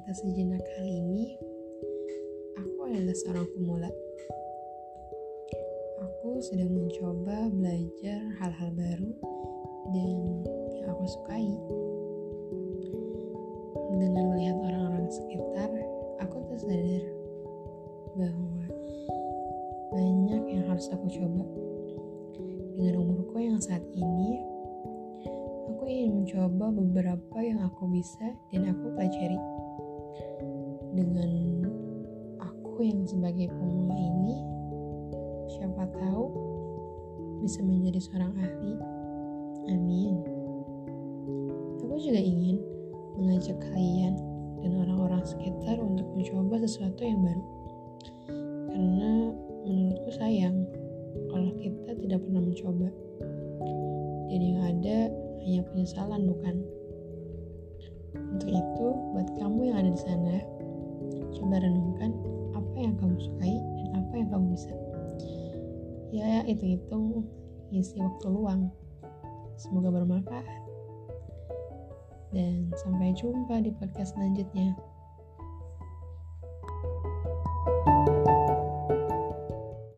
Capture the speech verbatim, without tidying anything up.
cerita sejenak kali ini, aku adalah seorang pemula. Aku sedang mencoba belajar hal-hal baru dan yang aku sukai. Dengan melihat orang-orang sekitar, aku tersadar bahwa banyak yang harus aku coba. Dengan umurku yang saat ini, aku ingin mencoba beberapa yang aku bisa dan aku pelajari. Dengan aku yang sebagai pemula ini, siapa tahu bisa menjadi seorang ahli. Amin. Aku juga ingin mengajak kalian dan orang-orang sekitar untuk mencoba sesuatu yang baru. Karena menurutku sayang kalau kita tidak pernah mencoba. Dan yang ada hanya penyesalan, bukan? Untuk itu, buat kamu yang ada di sana, coba renungkan apa yang kamu sukai dan apa yang kamu bisa. Ya, hitung-hitung isi waktu luang. Semoga bermanfaat. Dan sampai jumpa di podcast selanjutnya.